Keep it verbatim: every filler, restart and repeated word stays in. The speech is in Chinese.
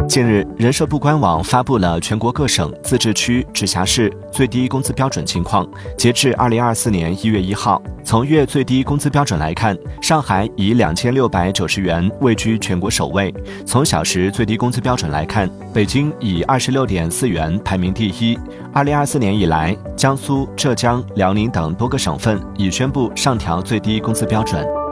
近日，人社部官网发布了全国各省、自治区、直辖市最低工资标准情况。截至二零二四年一月一号，从月最低工资标准来看，上海以两千六百九十元位居全国首位；从小时最低工资标准来看，北京以二十六点四元排名第一。二零二四年以来，江苏、浙江、辽宁等多个省份已宣布上调最低工资标准。